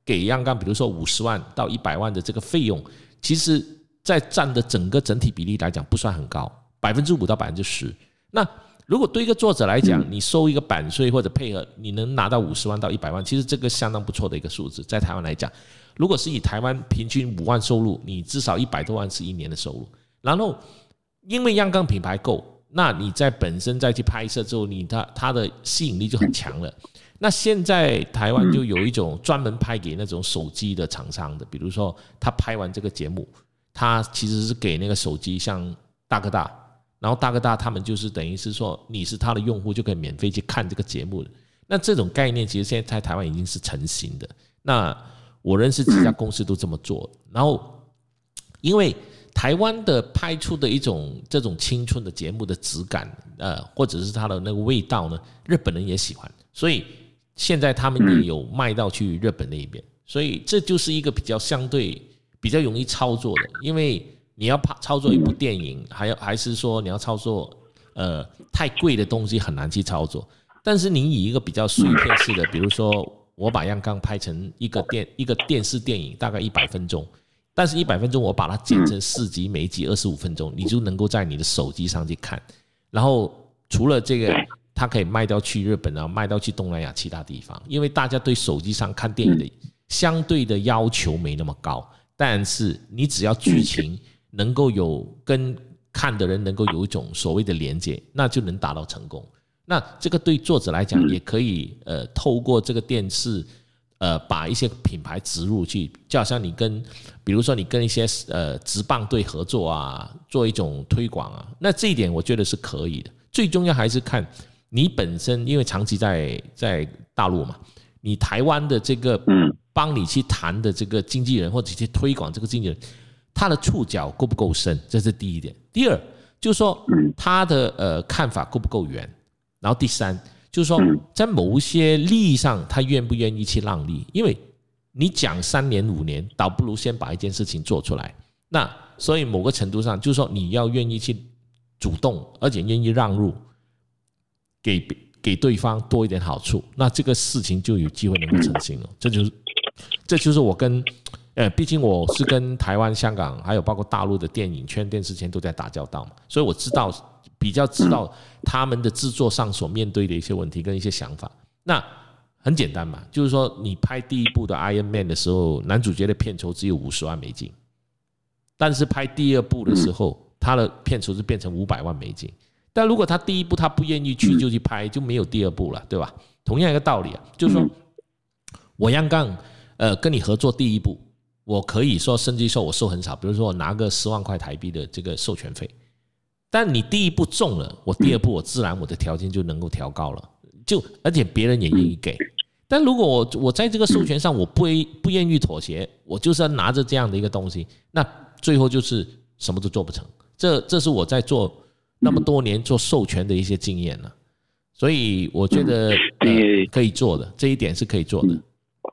给央钢比如说50万到100万的这个费用，其实在占的整体比例来讲不算很高，5%到10%。那如果对一个作者来讲，你收一个版税或者配合，你能拿到50万到100万，其实这个相当不错的一个数字。在台湾来讲，如果是以台湾平均5万收入，你至少100多万是一年的收入。然后因为央钢品牌够，那你在本身再去拍摄之后，它的吸引力就很强了。那现在台湾就有一种专门拍给那种手机的厂商的，比如说他拍完这个节目，他其实是给那个手机像大哥大，然后大哥大他们就是等于是说你是他的用户就可以免费去看这个节目的。那这种概念其实现在在台湾已经是成型的。那我认识几家公司都这么做，然后因为台湾的拍出的这种青春的节目的质感，或者是它的那个味道呢，日本人也喜欢，所以现在他们也有卖到去日本那一边，所以这就是一个比较相对比较容易操作的，因为你要操作一部电影，还是说你要操作太贵的东西很难去操作，但是你以一个比较碎片式的，比如说我把央钢拍成一个电视电影，大概100分钟。但是100分钟我把它剪成4集，每一集25分钟，你就能够在你的手机上去看。然后除了这个，它可以卖到去日本，然后卖到去东南亚其他地方。因为大家对手机上看电影的相对的要求没那么高，但是你只要剧情能够有跟看的人能够有一种所谓的连接，那就能达到成功。那这个对作者来讲也可以透过这个电视。把一些品牌植入去，就好像比如说你跟一些职棒队合作啊，做一种推广啊，那这一点我觉得是可以的。最重要还是看你本身，因为长期在大陆嘛，你台湾的这个帮你去谈的这个经纪人或者去推广这个经纪人，他的触角够不够深，这是第一点。第二就是说他的看法够不够远，然后第三。就是说，在某些利益上，他愿不愿意去让利？因为你讲3年5年，倒不如先把一件事情做出来。那所以某个程度上，就是说你要愿意去主动，而且愿意让路，给对方多一点好处，那这个事情就有机会能够成型了。这就是我毕竟我是跟台湾、香港还有包括大陆的电影圈、电视圈都在打交道嘛，所以我比较知道他们的制作上所面对的一些问题跟一些想法。那很简单嘛，就是说你拍第一部的 Iron Man 的时候，男主角的片酬只有50万美金，但是拍第2部的时候，他的片酬是变成500万美金。但如果他第1部他不愿意去就去拍，就没有第2部了，对吧？同样一个道理啊，就是说我央钢跟你合作第1部，我可以说甚至说我收很少，比如说我拿个10万块台币的这个授权费。但你第1部中了，我第2部我自然我的条件就能够调高了，而且别人也愿意给。但如果我在这个授权上我不愿意妥协，我就是要拿着这样的一个东西，那最后就是什么都做不成。这是我在做那么多年做授权的一些经验了，所以我觉得可以做的，这一点是可以做的。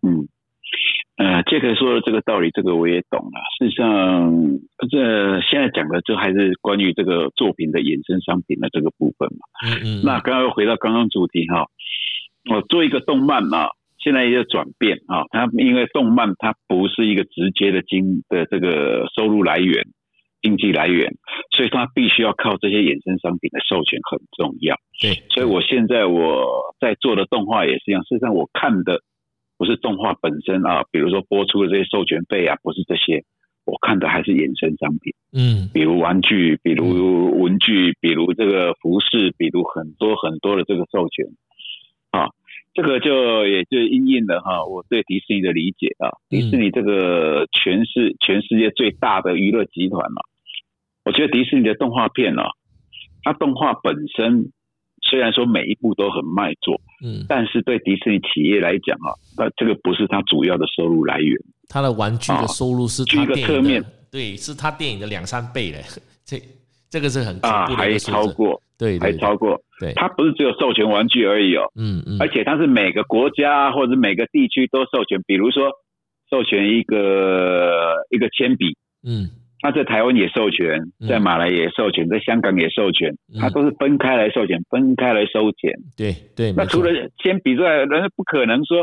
杰克说的这个道理，这个我也懂了。事实上，这现在讲的就还是关于这个作品的衍生商品的这个部分嘛。那刚刚又回到刚刚主题哈，我做一个动漫嘛，现在也有转变啊。它因为动漫它不是一个直接的这个收入来源、经济来源，所以它必须要靠这些衍生商品的授权很重要。 对， 所以我现在我在做的动画也是一样。事实上，我看的不是动画本身啊，比如说播出的这些授权费啊，不是这些，我看的还是衍生商品，比如玩具，比如文具，比如这个服饰，比如很多很多的这个授权啊，这个也就因应了哈我对迪士尼的理解啊，迪士尼这个全世界最大的娱乐集团嘛，我觉得迪士尼的动画片啊，它动画本身虽然说每一部都很卖座，但是对迪士尼企业来讲啊，那这个不是它主要的收入来源。 它的玩具的收入是它电影的，对，是它电影的2-3倍的，这个是很恐怖的一个数字， 还超过，对，还超过，对，它不是只有授权玩具而已哦，而且它是每个国家或者每个地区都授权，比如说授权一个铅笔，它在台湾也授权，在马来也授权，在香港也授权，它都是分开来授权，分开来收钱。 对对。 那除了铅笔之外，人家不可能说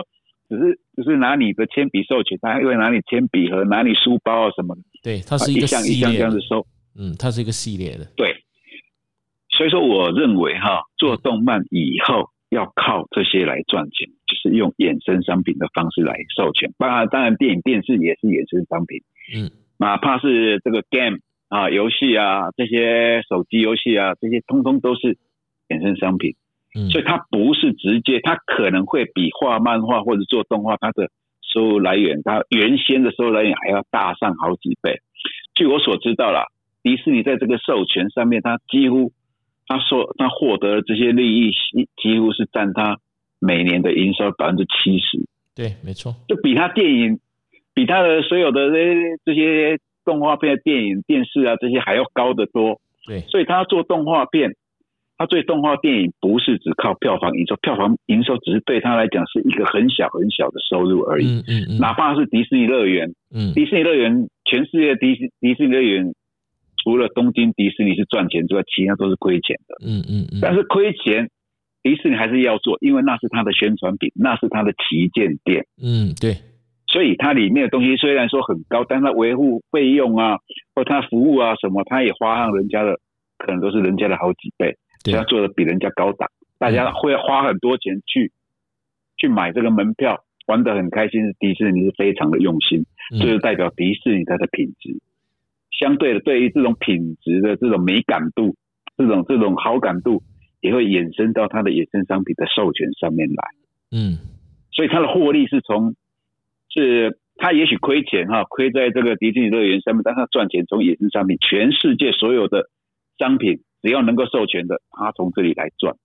就是拿你的铅笔授权，他还会拿你铅笔盒、拿你书包啊什么的。 对，它是一个系列， 一项这样子收。 它是一个系列的。 对，所以说我认为做动漫以后要靠这些来赚钱，就是用衍生商品的方式来授权。当然电影电视也是衍生商品。哪怕是这个 game 游戏啊，这些手机游戏啊，这些通通都是衍生商品。所以它不是直接，它可能会比画漫画或者做动画它的收入来源，它原先的收入来源还要大上好几倍。据我所知道啦，迪士尼在这个授权上面，它几乎他获得的这些利益几乎是占他每年的营收70%。 对，没错， 就比他电影，比他的所有的这些动画片的电影、电视啊这些还要高得多。 对， 所以他做动画片，他做动画电影不是只靠票房营收，票房营收只是对他来讲是一个很小很小的收入而已。哪怕是迪士尼乐园，迪士尼乐园，全世界迪士尼乐园除了东京迪士尼是赚钱之外，其他都是亏钱的。但是亏钱，迪士尼还是要做，因为那是他的宣传品，那是他的旗舰店。 对。 所以它里面的东西虽然说很高，但它维护费用啊，或它服务啊什么，它也花上人家的，可能都是人家的好几倍，所以它做的比人家高档。大家会花很多钱去买这个门票，玩得很开心。迪士尼是非常的用心，这就代表迪士尼它的品质。相对的，对于这种品质的这种美感度，这种好感度，也会衍生到它的衍生商品的授权上面来。所以它的获利是他也许亏钱亏在这个迪士尼乐园上面，但他赚钱从衍生商品，全世界所有的商品只要能够授权的，他从这里来赚。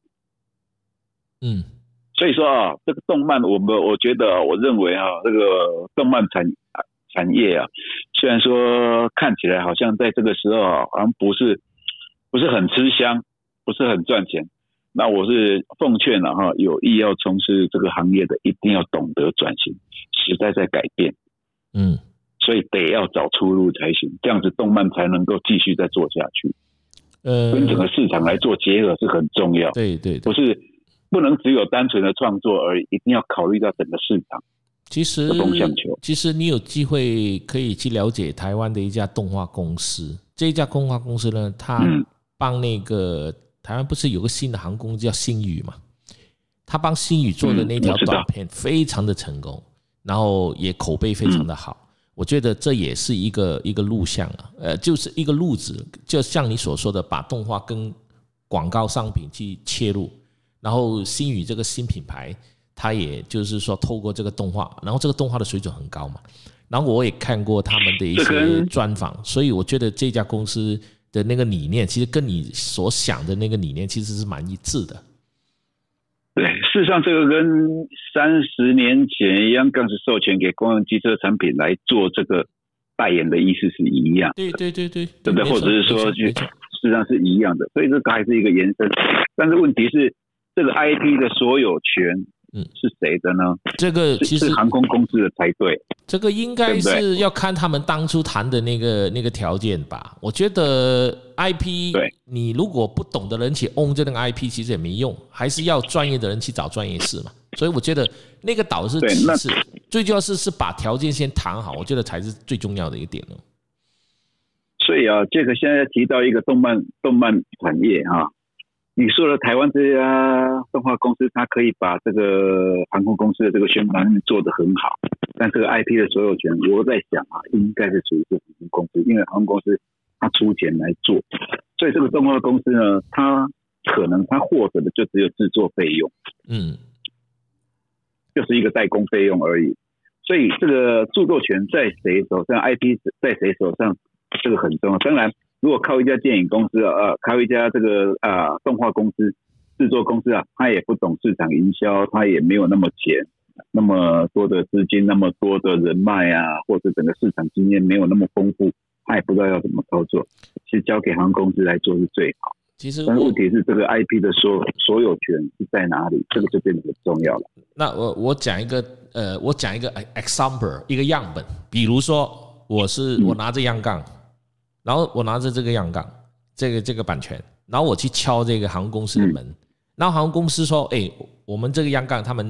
所以说这个动漫我觉得我认为这个动漫产业虽然说看起来好像在这个时候好像不是很吃香，不是很赚钱。那我是奉劝有意要从事这个行业的，一定要懂得转型，时代在改变，所以得要找出路才行，这样子动漫才能够继续再做下去。跟整个市场来做结合是很重要， 对， 不能只有单纯的创作而已，一定要考虑到整个市场的风向球。 其实你有机会可以去了解台湾的一家动画公司，这一家动画公司呢，它帮那个台湾不是有个新的航空叫星宇嘛？他帮星宇做的那条短片非常的成功，然后也口碑非常的好。我觉得这也是一个路向就是一个路子，就像你所说的，把动画跟广告商品去切入，然后星宇这个新品牌，它也就是说透过这个动画，然后这个动画的水准很高嘛。然后我也看过他们的一些专访，所以我觉得这家公司的那个理念，其实跟你所想的那个理念其实是蛮一致的。 对，事实上这个跟30年前央钢是授权给公用机车产品来做这个代言的意思是一样的。对，对不对？或者是说事实上是一样的，所以这个还是一个延伸。但是问题是，这个 IP 的所有权是谁的呢？这个其实是航空公司的才对。 这个应该是要看他们当初谈的那个条件吧。我觉得 IP， 你如果不懂的人去 own 这个 IP， 其实也没用，还是要专业的人去找专业事嘛。所以我觉得那个岛是其次，最重要是把条件先谈好，我觉得才是最重要的一点了。 所以这个现在提到一个动漫产业你说的台湾这家动画公司，它可以把这个航空公司的这个宣传做得很好，但这个 IP 的所有权，我在想应该是属于这航空公司，因为航空公司它出钱来做，所以这个动画公司呢，它可能它获得的就只有制作费用，就是一个代工费用而已。所以这个著作权在谁手上 ，IP 在谁手上，这个很重要。当然，如果靠一家电影公司靠一家这个动画公司、制作公司他也不懂市场营销，他也没有那么钱，那么多的资金，那么多的人脉或者整个市场经验没有那么丰富，他也不知道要怎么操作。其实交给航空公司来做是最好。但是问题是这个 IP 的所有权是在哪里？这个就变得很重要了。 那我讲一个example， 一个样本，比如说我拿着样杠。然后我拿着这个样杠，这个版权，然后我去敲这个航空公司的门，然后航空公司说：“我们这个样杠他们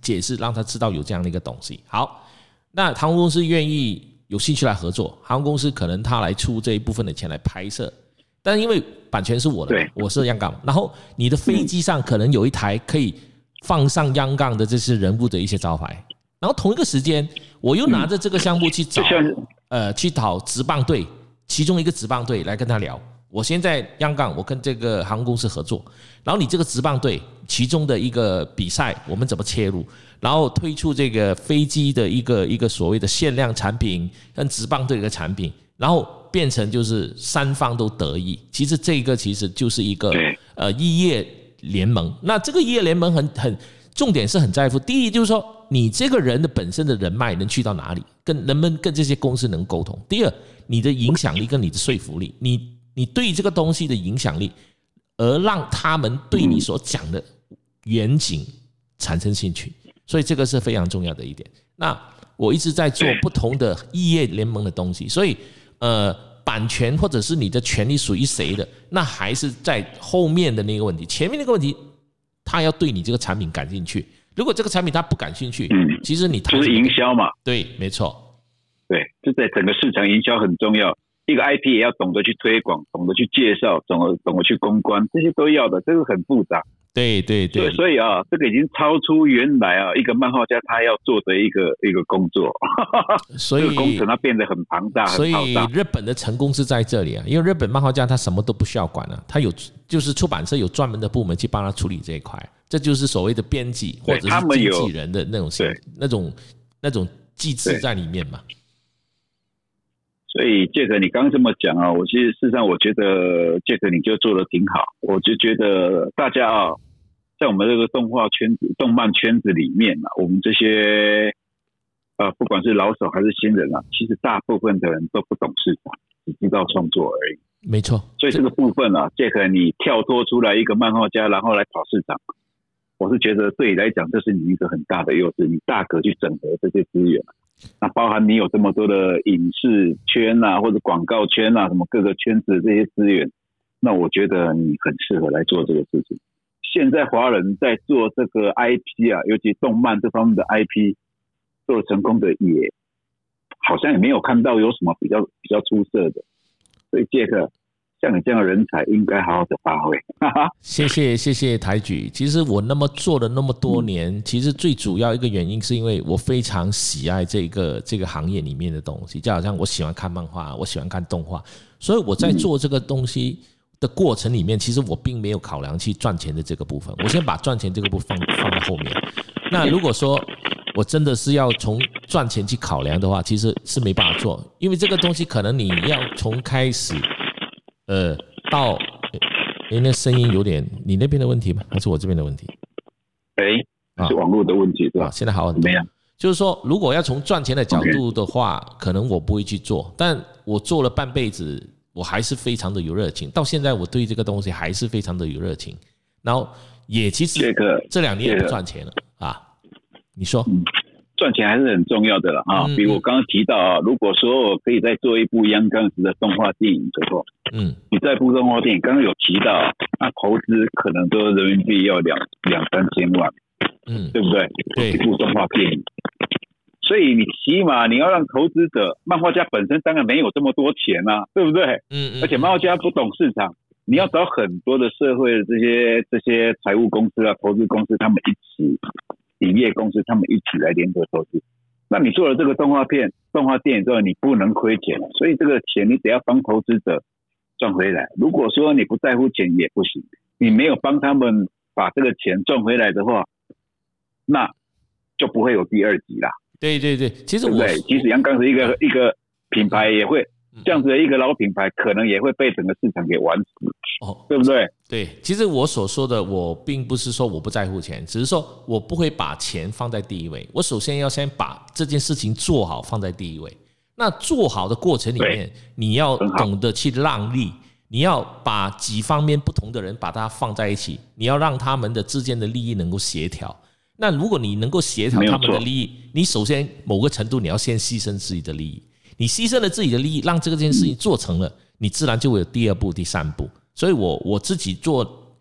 解释，让他知道有这样的一个东西。好，那航空公司愿意有兴趣来合作，航空公司可能他来出这一部分的钱来拍摄，但因为版权是我的，我是央港，然后你的飞机上可能有一台可以放上央港的这些人物的一些招牌，然后同一个时间，我又拿着这个项目去找职棒队，其中一个职棒队来跟他聊。我现在央港，我跟这个航空公司合作，然后你这个职棒队其中的一个比赛，我们怎么切入，然后推出这个飞机的一个所谓的限量产品跟职棒队的产品，然后变成就是三方都得益。其实这个其实就是一个异业联盟。那这个异业联盟很重点是很在乎，第一就是说你这个人的本身的人脉能去到哪里，能不能跟这些公司能沟通。第二，你的影响力跟你的说服力，你对这个东西的影响力，而让他们对你所讲的远景产生兴趣，所以这个是非常重要的一点。那我一直在做不同的异业联盟的东西，所以版权或者是你的权利属于谁的，那还是在后面的那个问题，前面那个问题，他要对你这个产品感兴趣。如果这个产品他不感兴趣，其实你就是营销嘛， 对，没错， 对，就在整个市场营销很重要。一个 IP 也要懂得去推广，懂得去介绍，懂得去公关，这些都要的，这个很复杂。 对， 所以啊，这个已经超出原来啊一个漫画家他要做的一个工作，所以这个工程它变得很庞大，很浩大。 所以日本的成功是在这里啊，因为日本漫画家他什么都不需要管啊，他有就是出版社有专门的部门去帮他处理这一块，这就是所谓的编辑或者是经纪人的那种机制在里面嘛。 所以杰克，你刚刚这么讲啊，我其实事实上我觉得杰克你就做得挺好，我就觉得大家啊，在我们这个动画圈子、动漫圈子里面啊，我们这些不管是老手还是新人啊，其实大部分的人都不懂市场，只知道创作而已。 没错。 所以这个部分啊，杰克你跳脱出来一个漫画家，然后来跑市场，我是觉得对你来讲，这是你一个很大的优势，你大可去整合这些资源。那包含你有这么多的影视圈啊，或者广告圈啊，什么各个圈子的这些资源，那我觉得你很适合来做这个事情。现在华人在做这个 IP 啊，尤其动漫这方面的 IP 做成功的也好像也没有看到有什么比较出色的，所以杰克像你这样的人才应该好好的发挥。 谢谢台举。其实我做了那么多年，其实最主要一个原因是因为我非常喜爱这个行业里面的东西，就好像我喜欢看漫画，我喜欢看动画，所以我在做这个东西的过程里面，其实我并没有考量去赚钱的这个部分，我先把赚钱这个部分放在后面。那如果说我真的是要从赚钱去考量的话，其实是没办法做，因为这个东西可能你要从开始到那声音有点，你那边的问题吗？还是我这边的问题？ 是网络的问题是吧？ 现在好很多。就是说，如果要从赚钱的角度的话，可能我不会去做，但我做了半辈子，我还是非常的有热情。到现在，我对这个东西还是非常的有热情。然后也其实这2年也不赚钱了啊。你说？ 赚钱还是很重要的了啊！比如我刚刚提到啊，如果说我可以再做一部央钢石的动画电影之后，你这部动画电影刚刚有提到，那投资可能都人民币要2-3千万，对不对？ 对， 一部动画电影，所以你起码你要让投资者，漫画家本身当然没有这么多钱啊，对不对？而且漫画家不懂市场，你要找很多的社会的这些财务公司啊、投资公司，他们一起。影业公司他们一起来联合投资，那你做了这个动画电影之后，你不能亏钱，所以这个钱你得要帮投资者赚回来。如果说你不在乎钱也不行，你没有帮他们把这个钱赚回来的话，那就不会有第2集啦。 对，其实即使阳刚是一个品牌，也会这样子的一个老品牌，可能也会被整个市场给玩死，对不对？ 对，其实我所说的，我并不是说我不在乎钱，只是说我不会把钱放在第一位。我首先要先把这件事情做好放在第一位。那做好的过程里面，你要懂得去让利，你要把几方面不同的人把它放在一起，你要让他们的之间的利益能够协调。那如果你能够协调他们的利益，你首先某个程度你要先牺牲自己的利益。你牺牲了自己的利益，让这件事情做成了，你自然就会有第2步、第3步。所以我自己做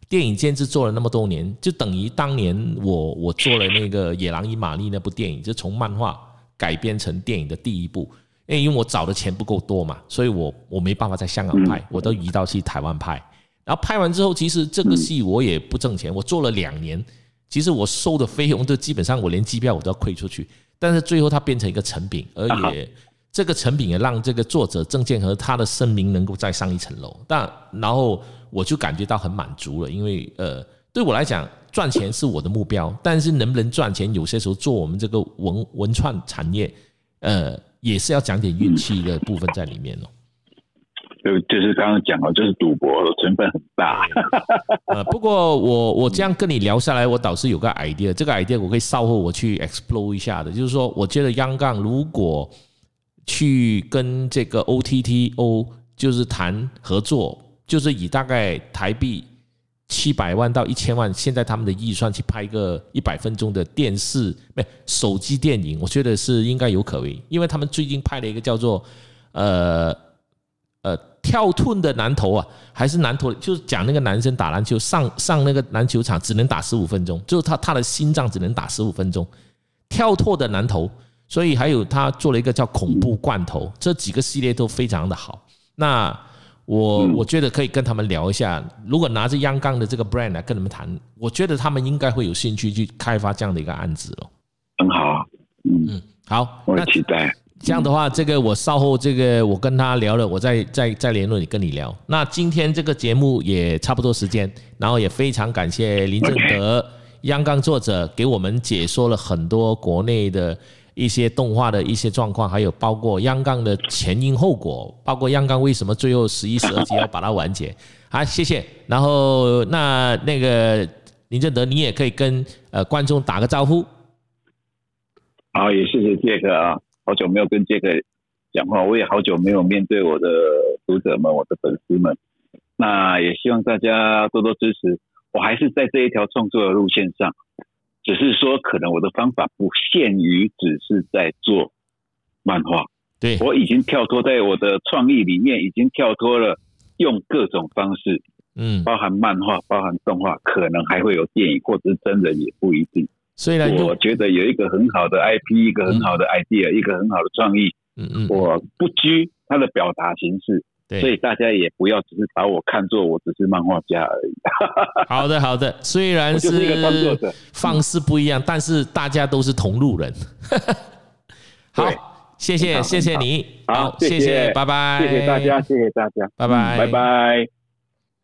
电影监制做了那么多年，就等于当年我做了那个《野狼与玛丽》那部电影，就从漫画改编成电影的第一部。因为我找的钱不够多嘛，所以我没办法在香港拍，我都移到去台湾拍。然后拍完之后，其实这个戏我也不挣钱，我做了2年，其实我收的费用都基本上我连机票我都要亏出去。但是最后它变成一个成品，而且这个成品也让这个作者郑建和他的声名能够再上一层楼。然后我就感觉到很满足了，因为对我来讲赚钱是我的目标，但是能不能赚钱，有些时候做我们这个文创产业，也是要讲点运气的部分在里面哦。 就是刚刚讲了，就是赌博成分很大。 不过我这样跟你聊下来，我倒是有个 idea， 这个 idea 我可以稍后我去 explore 一下的，就是说，我觉得央杠如果去跟这个 OTTO 就是谈合作，就是以大概台币700万到1000万，现在他们的预算去拍一个100分钟的电视手机电影，我觉得是应该有可为，因为他们最近拍了一个叫做跳盾的男头啊，还是男头，就是讲那个男生打篮球上那个篮球场只能打15分钟，就是他的心脏只能打15分钟，跳脱的男头，所以还有他做了一个叫恐怖罐头，这几个系列都非常的好。那我觉得可以跟他们聊一下，如果拿着央杠的这个 brand 来跟他们谈，我觉得他们应该会有兴趣去开发这样的一个案子了。 很好啊， 好， 我期待。 这样的话，这个我稍后这个我跟他聊了，我再联络你跟你聊。那今天这个节目也差不多时间，然后也非常感谢林正德央杠作者给我们解说了很多国内的一些动画的一些状况，还有包括央杠的前因后果，包括央杠为什么最后11、12集要把它完结。好，谢谢。然后那个林正德，你也可以跟观众打个招呼。 好，也谢谢杰克啊。好久没有跟杰克讲话，我也好久没有面对我的读者们、我的粉丝们。那也希望大家多多支持。我还是在这一条创作的路线上，只是说可能我的方法不限于只是在做漫画。 对， 我已经跳脱在我的创意里面，已经跳脱了用各种方式，包含漫画、包含动画，可能还会有电影或者是真人，也不一定。 虽然我觉得有一个很好的 IP， 一个很好的 idea， 一个很好的创意，我不拘它的表达形式，所以大家也不要只是把我看作我只是漫画家而已。 好的，好的，虽然是方式不一样，但是大家都是同路人。好，谢谢你，好，谢谢，拜拜， 谢谢大家，谢谢大家， 拜拜， 拜拜。